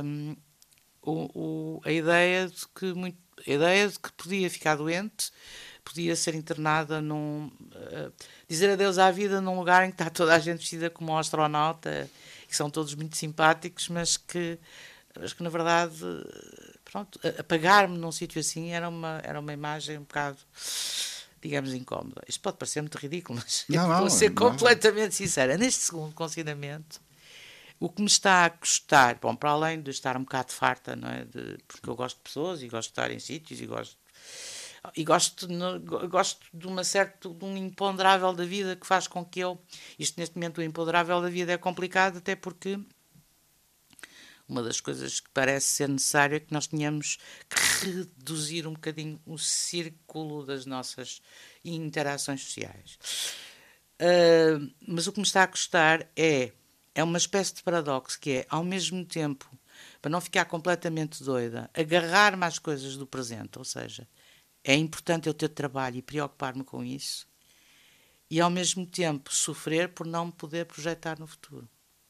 a ideia de que podia ficar doente, podia ser internada dizer adeus à vida num lugar em que está toda a gente vestida como um astronauta, que são todos muito simpáticos, mas que na verdade, pronto, apagar-me num sítio assim era uma imagem um bocado, digamos, incómoda. Isto pode parecer muito ridículo, mas vou ser completamente sincera. Neste segundo confinamento, O que me está a custar, bom, para além de estar um bocado farta, não é? Porque eu gosto de pessoas e gosto de estar em sítios e gosto de um imponderável da vida que faz com que isto neste momento o imponderável da vida é complicado, até porque uma das coisas que parece ser necessário é que nós tenhamos que reduzir um bocadinho o círculo das nossas interações sociais. Mas o que me está a custar é uma espécie de paradoxo, que é, ao mesmo tempo, para não ficar completamente doida, agarrar-me às coisas do presente, ou seja, é importante eu ter trabalho e preocupar-me com isso, e ao mesmo tempo sofrer por não me poder projetar no futuro.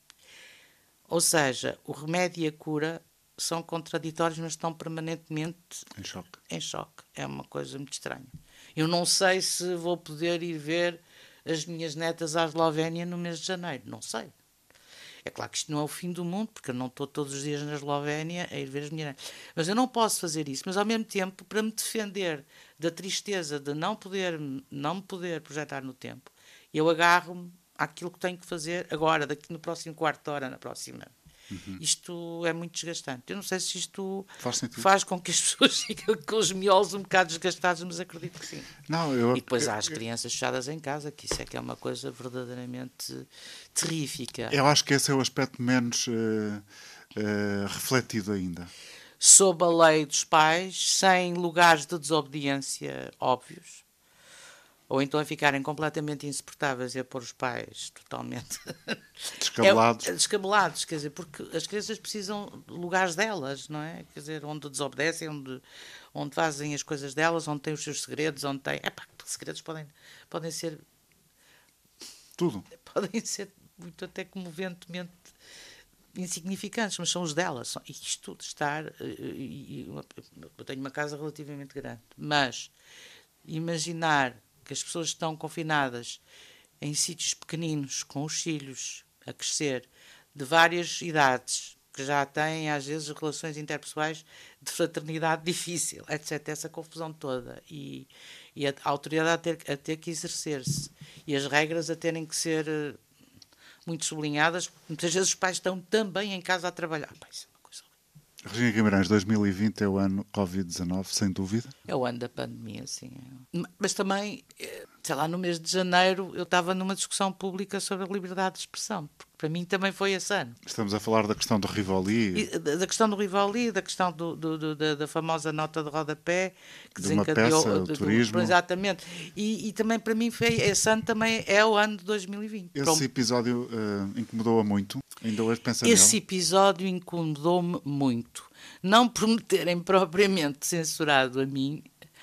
Ou seja, o remédio e a cura são contraditórios, mas estão permanentemente em choque. É uma coisa muito estranha. Eu não sei se vou poder ir ver as minhas netas à Eslovénia no mês de janeiro. Não sei. É claro que isto não é o fim do mundo, porque eu não estou todos os dias na Eslovénia a ir ver as minhas netas. Mas eu não posso fazer isso. Mas, ao mesmo tempo, para me defender da tristeza de não me poder projetar no tempo, eu agarro-me àquilo que tenho que fazer agora, daqui no próximo quarto de hora, na próxima. Isto é muito desgastante. Eu não sei se isto faz com que as pessoas fiquem com os miolos um bocado desgastados, mas acredito que sim. E depois há as crianças fechadas em casa, que isso é que é uma coisa verdadeiramente terrífica. Eu acho que esse é o aspecto menos refletido ainda. Sob a lei dos pais, sem lugares de desobediência óbvios, ou então a ficarem completamente insuportáveis e a pôr os pais totalmente descabelados, quer dizer, porque as crianças precisam de lugares delas, não é? Quer dizer, onde desobedecem, onde fazem as coisas delas, onde têm os seus segredos, onde têm... segredos podem ser... Tudo. Podem ser muito até comoventemente insignificantes, mas são os delas. E isto de estar... Eu tenho uma casa relativamente grande, mas imaginar que as pessoas estão confinadas em sítios pequeninos, com os filhos a crescer, de várias idades, que já têm, às vezes, relações interpessoais de fraternidade difícil, etc. Essa confusão toda. E a autoridade a ter que exercer-se. E as regras a terem que ser muito sublinhadas, porque muitas vezes os pais estão também em casa a trabalhar. Isso é uma coisa horrível. Regina Guimarães, 2020 é o ano Covid-19, sem dúvida. É o ano da pandemia, sim. Mas também, sei lá, no mês de janeiro eu estava numa discussão pública sobre a liberdade de expressão, porque para mim também foi esse ano. Estamos a falar da questão do Rivoli. Da questão do Rivoli, da questão da famosa nota de rodapé que de uma desencadeou peça, o turismo. Exatamente. E também para mim esse ano também é o ano de 2020. Esse episódio incomodou-a muito. Ainda hoje pensa nele. Esse episódio incomodou-me muito. Não por me terem propriamente censurado a mim,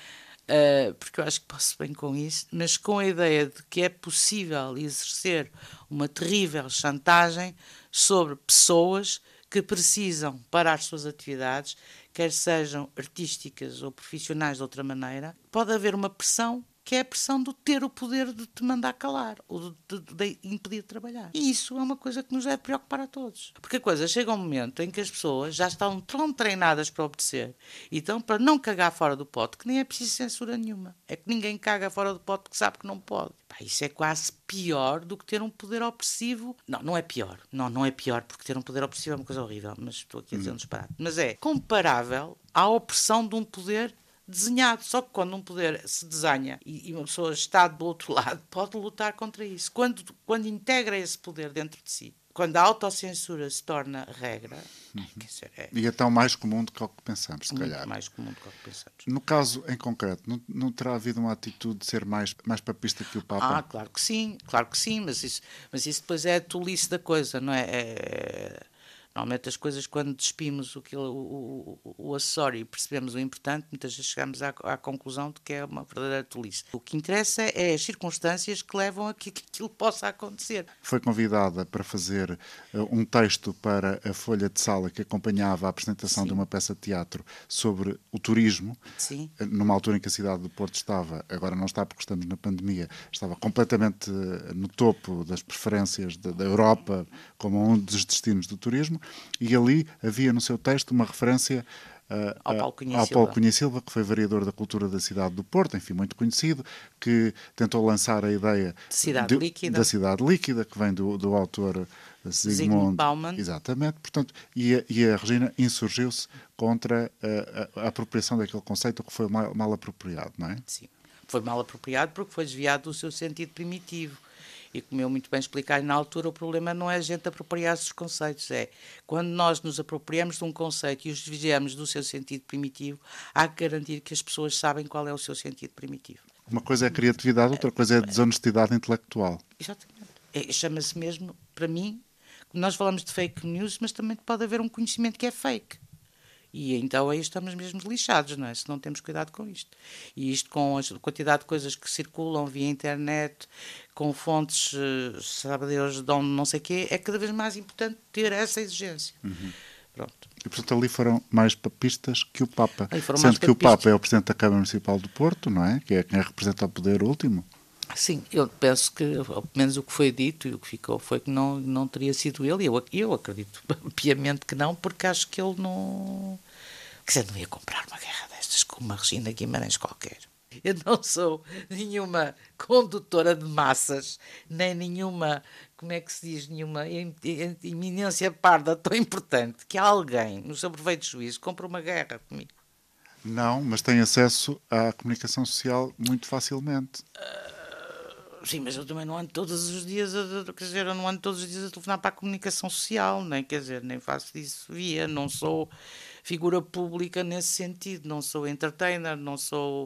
porque eu acho que posso bem com isso, mas com a ideia de que é possível exercer uma terrível chantagem sobre pessoas que precisam para as suas atividades, quer sejam artísticas ou profissionais de outra maneira. Pode haver uma pressão que é a pressão de ter o poder de te mandar calar ou de impedir de trabalhar. E isso é uma coisa que nos deve preocupar a todos. Porque a coisa chega a um momento em que as pessoas já estão tão treinadas para obedecer e estão para não cagar fora do pote, que nem é preciso censura nenhuma. É que ninguém caga fora do pote que sabe que não pode. Isso é quase pior do que ter um poder opressivo. Não é pior. Não é pior, porque ter um poder opressivo é uma coisa horrível, mas estou aqui a dizer um disparate. Mas é comparável à opressão de um poder desenhado. Só que quando um poder se desenha e uma pessoa está do outro lado, pode lutar contra isso. Quando integra esse poder dentro de si, quando a autocensura se torna regra, e é tão mais comum do que o que pensamos, se calhar. Muito mais comum do que o que pensamos. No caso em concreto, não terá havido uma atitude de ser mais papista que o Papa? Claro que sim, mas isso depois é a tolice da coisa, não é? Normalmente as coisas, quando despimos o acessório e percebemos o importante, muitas vezes chegamos à conclusão de que é uma verdadeira tolice. O que interessa é as circunstâncias que levam a que aquilo possa acontecer. Foi convidada para fazer um texto para a Folha de Sala que acompanhava a apresentação de uma peça de teatro sobre o turismo. Sim. Numa altura em que a cidade do Porto estava, agora não está porque estamos na pandemia, estava completamente no topo das preferências da Europa como um dos destinos do turismo. E ali havia no seu texto uma referência ao Paulo Cunha Silva, que foi vereador da Cultura da cidade do Porto, enfim, muito conhecido, que tentou lançar a ideia da cidade líquida, que vem do autor Zygmunt Bauman. Exatamente, portanto, e a Regina insurgiu-se contra a apropriação daquele conceito que foi mal apropriado, não é? Sim, foi mal apropriado porque foi desviado do seu sentido primitivo. E como eu muito bem expliquei na altura, o problema não é a gente apropriar-se dos conceitos, é quando nós nos apropriamos de um conceito e os desviamos do seu sentido primitivo, há que garantir que as pessoas sabem qual é o seu sentido primitivo. Uma coisa é a criatividade, outra coisa é a desonestidade intelectual. Exatamente. Chama-se mesmo, para mim, nós falamos de fake news, mas também pode haver um conhecimento que é fake. E então aí estamos mesmo lixados, não é? Se não temos cuidado com isto. E isto com a quantidade de coisas que circulam via internet, com fontes, sabe Deus, de onde não sei o quê, é cada vez mais importante ter essa exigência. Pronto. E, portanto, ali foram mais papistas que o Papa. Sendo que o Papa é o Presidente da Câmara Municipal do Porto, não é? Que é quem representa o poder último. Sim, eu penso que, pelo menos o que foi dito e o que ficou foi que não teria sido ele. Eu acredito piamente que não, porque acho que ele não... Quer dizer, não ia comprar uma guerra destas com uma Regina Guimarães qualquer. Eu não sou nenhuma condutora de massas, nem nenhuma, como é que se diz, nenhuma eminência parda tão importante que alguém, no seu perfeito juízo, compre uma guerra comigo. Não, mas tem acesso à comunicação social muito facilmente. Sim, mas eu também não ando todos os dias quer dizer, eu não ando todos os dias a telefonar para a comunicação social, nem, quer dizer, nem faço disso via, não sou figura pública nesse sentido, não sou entertainer, não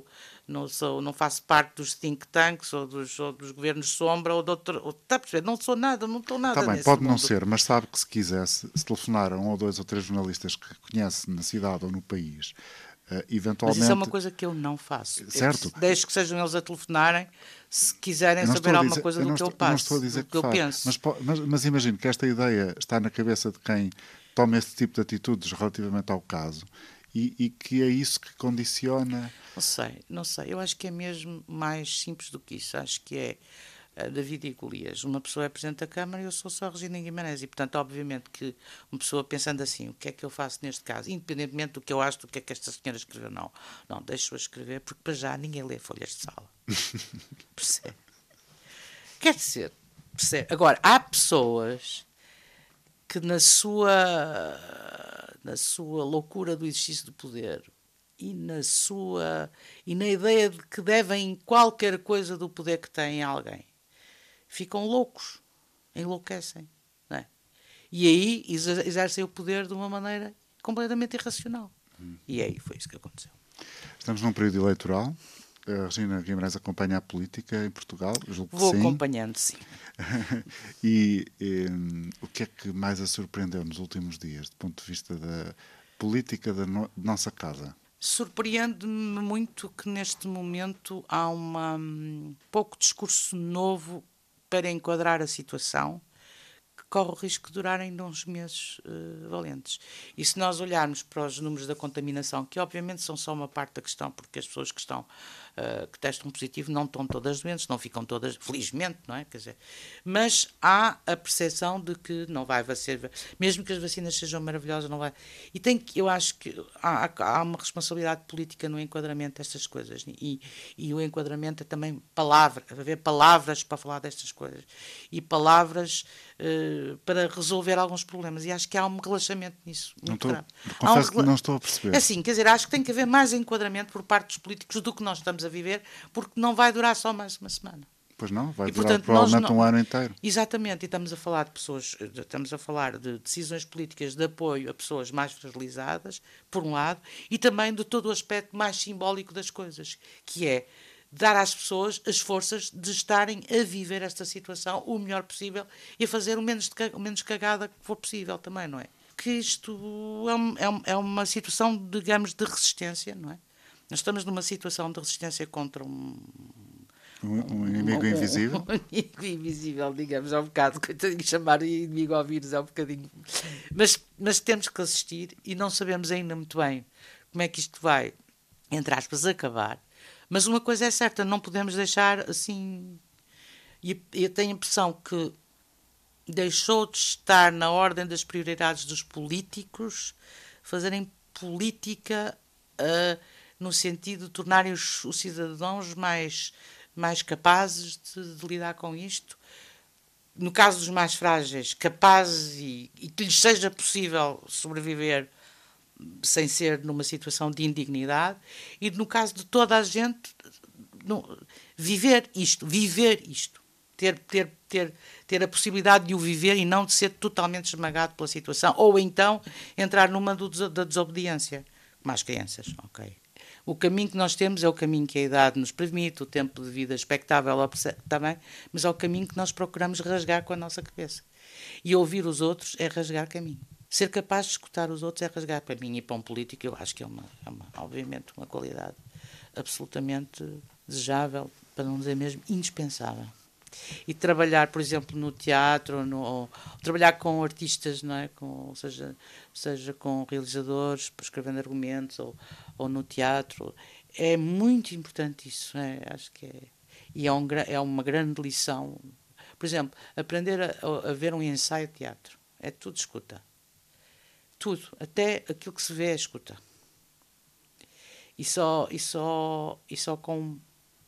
faço parte dos think tanks ou dos governos sombra ou de outro, está a perceber? Não sou nada, não estou nada nesse nesse pode mundo. não ser, mas sabe que se quisesse, se telefonar a 1 ou 2 ou 3 jornalistas que conhece na cidade ou no país, eventualmente... Mas isso é uma coisa que eu não faço. Certo. Deixo que sejam eles a telefonarem se quiserem saber alguma coisa do que eu passo, não estou a dizer do que eu penso. Mas imagino que esta ideia está na cabeça de quem toma esse tipo de atitudes relativamente ao caso e que é isso que condiciona... Não sei. Eu acho que é mesmo mais simples do que isso. Acho que é David e Golias. Uma pessoa é Presidente da Câmara e eu sou só Regina Guimarães. E, portanto, obviamente que uma pessoa pensando assim, o que é que eu faço neste caso? Independentemente do que eu acho, do que é que esta senhora escreveu, não. Não, deixo-a escrever, porque para já ninguém lê folhas de sala. Percebe? Quer dizer, percebe? Agora, há pessoas que na sua loucura do exercício do poder e na ideia de que devem qualquer coisa do poder que têm a alguém, ficam loucos, enlouquecem, não é? E aí exercem o poder de uma maneira completamente irracional. E aí foi isso que aconteceu. Estamos num período eleitoral. A Regina Guimarães acompanha a política em Portugal? Vou acompanhando, sim. E o que é que mais a surpreendeu nos últimos dias, do ponto de vista da política da nossa casa? Surpreende-me muito que neste momento há pouco discurso novo para enquadrar a situação, que corre o risco de durar ainda uns meses valentes. E se nós olharmos para os números da contaminação, que obviamente são só uma parte da questão, porque as pessoas que testam positivo não estão todas doentes, não ficam todas, felizmente, não é? Quer dizer, mas há a percepção de que não vai ser, mesmo que as vacinas sejam maravilhosas, não vai. E eu acho que há uma responsabilidade política no enquadramento destas coisas. E o enquadramento é também haver palavras para falar destas coisas. E palavras para resolver alguns problemas. E acho que há um relaxamento nisso. Confesso que não estou a perceber. É assim, quer dizer, acho que tem que haver mais enquadramento por parte dos políticos do que nós estamos a viver, porque não vai durar só mais uma semana. Pois não, vai durar provavelmente um ano inteiro. Exatamente, e estamos a falar de pessoas, estamos a falar de decisões políticas de apoio a pessoas mais fragilizadas, por um lado, e também de todo o aspecto mais simbólico das coisas, que é dar às pessoas as forças de estarem a viver esta situação o melhor possível e a fazer o menos cagada que for possível também, não é? Que isto é uma situação, digamos, de resistência, não é? Nós estamos numa situação de resistência contra um inimigo invisível. Um inimigo invisível, digamos, é um bocado, coitadinho, chamar inimigo ao vírus é um bocadinho. Mas temos que assistir e não sabemos ainda muito bem como é que isto vai, entre aspas, acabar. Mas uma coisa é certa, não podemos deixar assim. E eu tenho a impressão que deixou de estar na ordem das prioridades dos políticos fazerem política no sentido de tornarem os cidadãos mais capazes de lidar com isto. No caso dos mais frágeis, capazes e que lhes seja possível sobreviver sem ser numa situação de indignidade, e no caso de toda a gente, viver isto, ter a possibilidade de o viver e não de ser totalmente esmagado pela situação, ou então entrar numa da desobediência, como as crianças, ok. O caminho que nós temos é o caminho que a idade nos permite, o tempo de vida expectável também, mas é o caminho que nós procuramos rasgar com a nossa cabeça. E ouvir os outros é rasgar caminho. Ser capaz de escutar os outros é rasgar caminho. E para um político eu acho que é obviamente uma qualidade absolutamente desejável, para não dizer mesmo indispensável. E trabalhar, por exemplo, no teatro, ou trabalhar com artistas, não é? Seja com realizadores, escrevendo argumentos, ou no teatro, é muito importante isso. Acho que é. E é uma grande lição. Por exemplo, aprender a ver um ensaio de teatro. É tudo escuta. Tudo. Até aquilo que se vê é escuta. E só com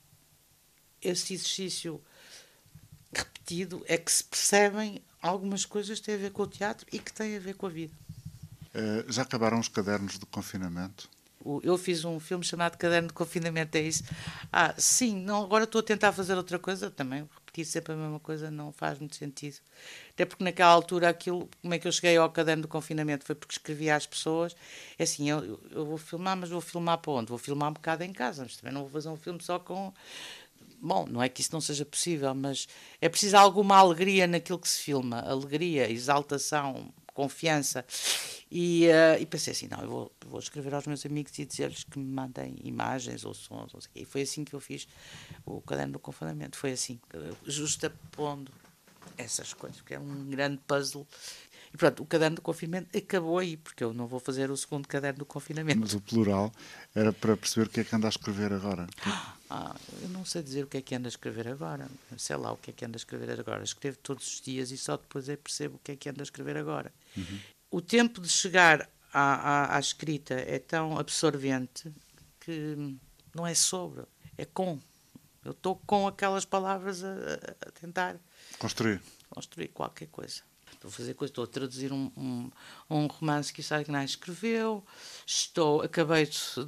esse exercício repetido é que se percebem algumas coisas que têm a ver com o teatro e que têm a ver com a vida. Já acabaram os cadernos de confinamento? Eu fiz um filme chamado Caderno de Confinamento, é isso? Sim, não, agora estou a tentar fazer outra coisa também. Repetir sempre a mesma coisa não faz muito sentido. Até porque naquela altura como é que eu cheguei ao Caderno de Confinamento? Foi porque escrevi às pessoas. É assim, eu vou filmar, mas vou filmar para onde? Vou filmar um bocado em casa, mas também não vou fazer um filme só com... Bom, não é que isso não seja possível, mas é preciso alguma alegria naquilo que se filma. Alegria, exaltação, confiança. E pensei assim, não, eu vou escrever aos meus amigos e dizer-lhes que me mandem imagens ou sons. E foi assim que eu fiz o Caderno do Confinamento. Foi assim, justapondo essas coisas, porque é um grande puzzle. E pronto, o Caderno do Confinamento acabou aí, porque eu não vou fazer o segundo Caderno do Confinamento. Mas o plural era para perceber o que é que anda a escrever agora. Eu não sei dizer o que é que anda a escrever agora. Sei lá o que é que anda a escrever agora. Escrevo todos os dias e só depois percebo o que é que anda a escrever agora. Uhum. O tempo de chegar à escrita é tão absorvente que não é sobre, é com. Eu estou com aquelas palavras a tentar construir qualquer coisa. Estou a traduzir um romance que o Sargnay escreveu. Acabei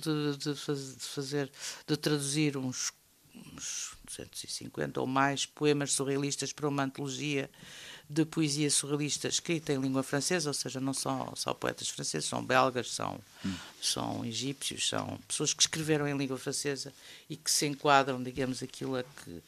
de traduzir uns 250 ou mais poemas surrealistas para uma antologia de poesia surrealista escrita em língua francesa, ou seja, não são só poetas franceses, são belgas, são egípcios, são pessoas que escreveram em língua francesa e que se enquadram, digamos, aquilo a que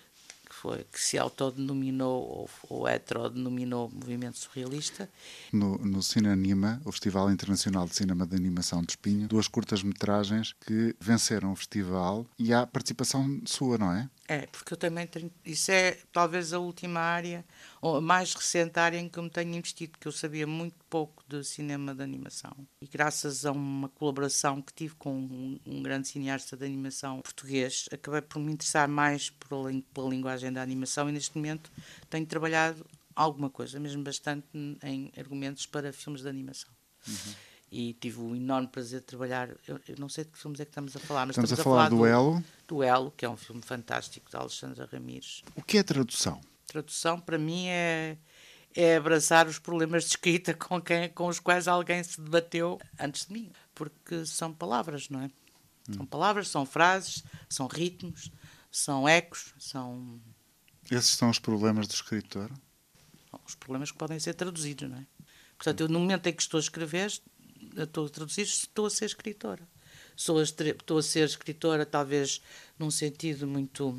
se autodenominou ou heterodenominou movimento surrealista. No Cineanima, o Festival Internacional de Cinema de Animação de Espinho, 2 curtas-metragens que venceram o festival e há participação sua, não é? É, porque eu também tenho... Isso é talvez a última área, ou a mais recente área em que eu me tenho investido, porque eu sabia muito pouco de cinema de animação. E graças a uma colaboração que tive com um grande cineasta de animação português, acabei por me interessar mais pela linguagem da animação e neste momento tenho trabalhado alguma coisa, mesmo bastante, em argumentos para filmes de animação. Uhum. E tive o enorme prazer de trabalhar... Eu não sei de que filmes é que estamos a falar, mas estamos a falar do Elo. Do Elo, que é um filme fantástico, de Alexandra Ramires. O que é tradução? Tradução, para mim, é abraçar os problemas de escrita com os quais alguém se debateu antes de mim. Porque são palavras, não é? São palavras, são frases, são ritmos, são ecos, são... Esses são os problemas do escritor? São os problemas que podem ser traduzidos, não é? Portanto, eu, no momento em que estou a escrever... estou a traduzir, estou a ser escritora. Estou a ser escritora, talvez num sentido muito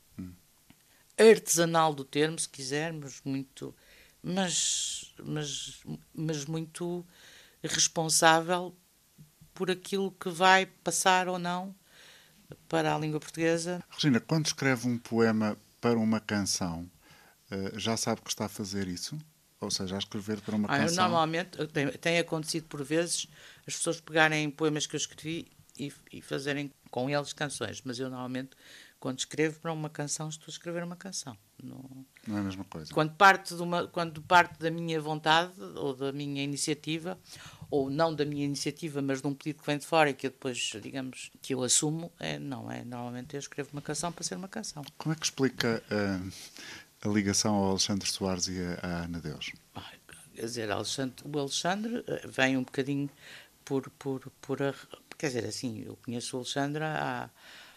artesanal do termo, se quisermos, mas muito responsável por aquilo que vai passar ou não para a língua portuguesa. Regina, quando escreve um poema para uma canção, já sabe que está a fazer isso? Ou seja, a escrever para uma canção? Normalmente, tem acontecido por vezes as pessoas pegarem poemas que eu escrevi e fazerem com eles canções, mas eu normalmente, quando escrevo para uma canção, estou a escrever uma canção. Não é a mesma coisa. Quando parte da minha vontade ou da minha iniciativa, ou não da minha iniciativa, mas de um pedido que vem de fora e que eu depois, digamos, que eu assumo, normalmente eu escrevo uma canção para ser uma canção. Como é que explica a ligação ao Alexandre Soares e à Ana Deus? Quer dizer, o Alexandre vem um bocadinho quer dizer, assim, eu conheço o Alexandre há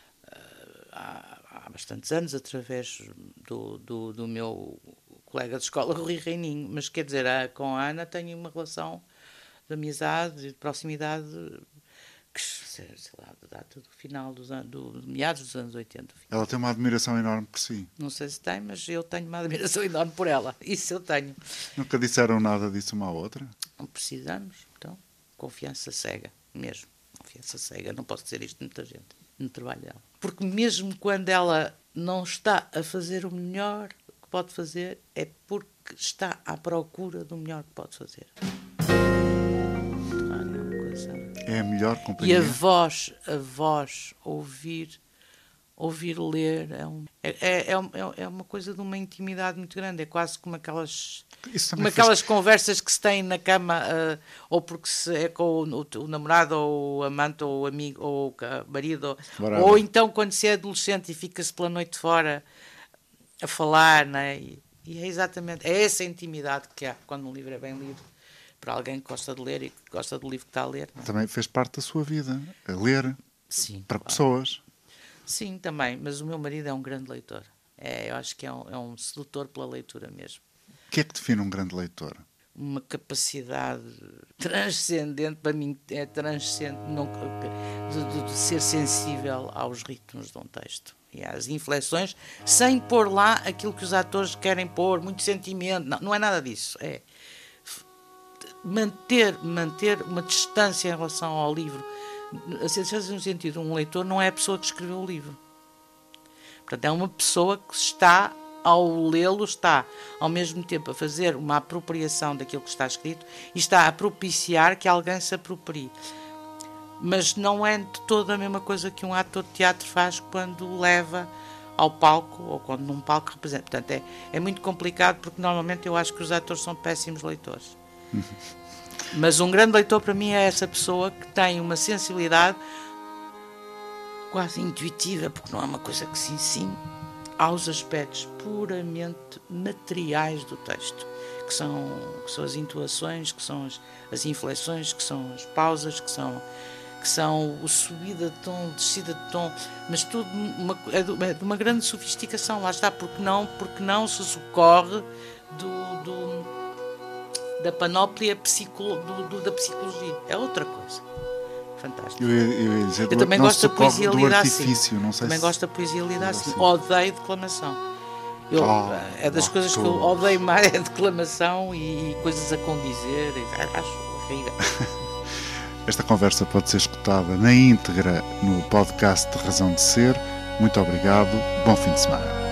bastantes anos, através do meu colega de escola, Rui Reininho, mas quer dizer, com a Ana tenho uma relação de amizade, de proximidade, que, sei lá, data do final de meados dos anos 80. Ela tem uma admiração enorme por si. Não sei se tem, mas eu tenho uma admiração enorme por ela. Isso eu tenho. Nunca disseram nada disso uma à outra? Não precisamos, então, confiança cega, mesmo. Confiança cega, não posso dizer isto de muita gente no trabalho dela. Porque mesmo quando ela não está a fazer o melhor que pode fazer, é porque está à procura do melhor que pode fazer. É a melhor companhia. E a voz, ouvir ler, é uma coisa de uma intimidade muito grande. É quase como aquelas conversas que se têm na cama, ou porque se é com o namorado, ou o amante, ou o amigo, ou o marido, ou então quando se é adolescente e fica-se pela noite fora a falar, não é? E é exatamente essa intimidade que há quando um livro é bem lido, para alguém que gosta de ler e que gosta do livro que está a ler. Não é? Também fez parte da sua vida, a ler. Sim, para claro. Pessoas. Sim, também, mas o meu marido é um grande leitor. Eu acho que é um sedutor pela leitura mesmo. O que é que define um grande leitor? Uma capacidade transcendente, para mim é transcendente, de ser sensível aos ritmos de um texto e às inflexões, sem pôr lá aquilo que os atores querem pôr, muito sentimento, não é nada disso. É manter uma distância em relação ao livro. A distância no sentido, um leitor não é a pessoa que escreveu o livro. Portanto, é uma pessoa que está, ao lê-lo, está ao mesmo tempo a fazer uma apropriação daquilo que está escrito e está a propiciar que alguém se aproprie. Mas não é de toda a mesma coisa que um ator de teatro faz quando leva ao palco ou quando num palco representa. Portanto, é muito complicado, porque normalmente eu acho que os atores são péssimos leitores. Mas um grande leitor para mim é essa pessoa que tem uma sensibilidade quase intuitiva, porque não é uma coisa que se ensine, aos aspectos puramente materiais do texto, que são as intuações, que são as inflexões, que são as pausas, que são o subida de tom, descida de tom, mas tudo é de uma grande sofisticação. Lá está, porque não se socorre da panóplia da psicologia. É outra coisa. Fantástico. Eu também gosto da poesia lida assim. Também gosto da poesia lida assim. Odeio declamação. É das coisas que eu odeio mais, é declamação e coisas a condizer. Acho horrível. Esta conversa pode ser escutada na íntegra no podcast de Razão de Ser. Muito obrigado. Bom fim de semana.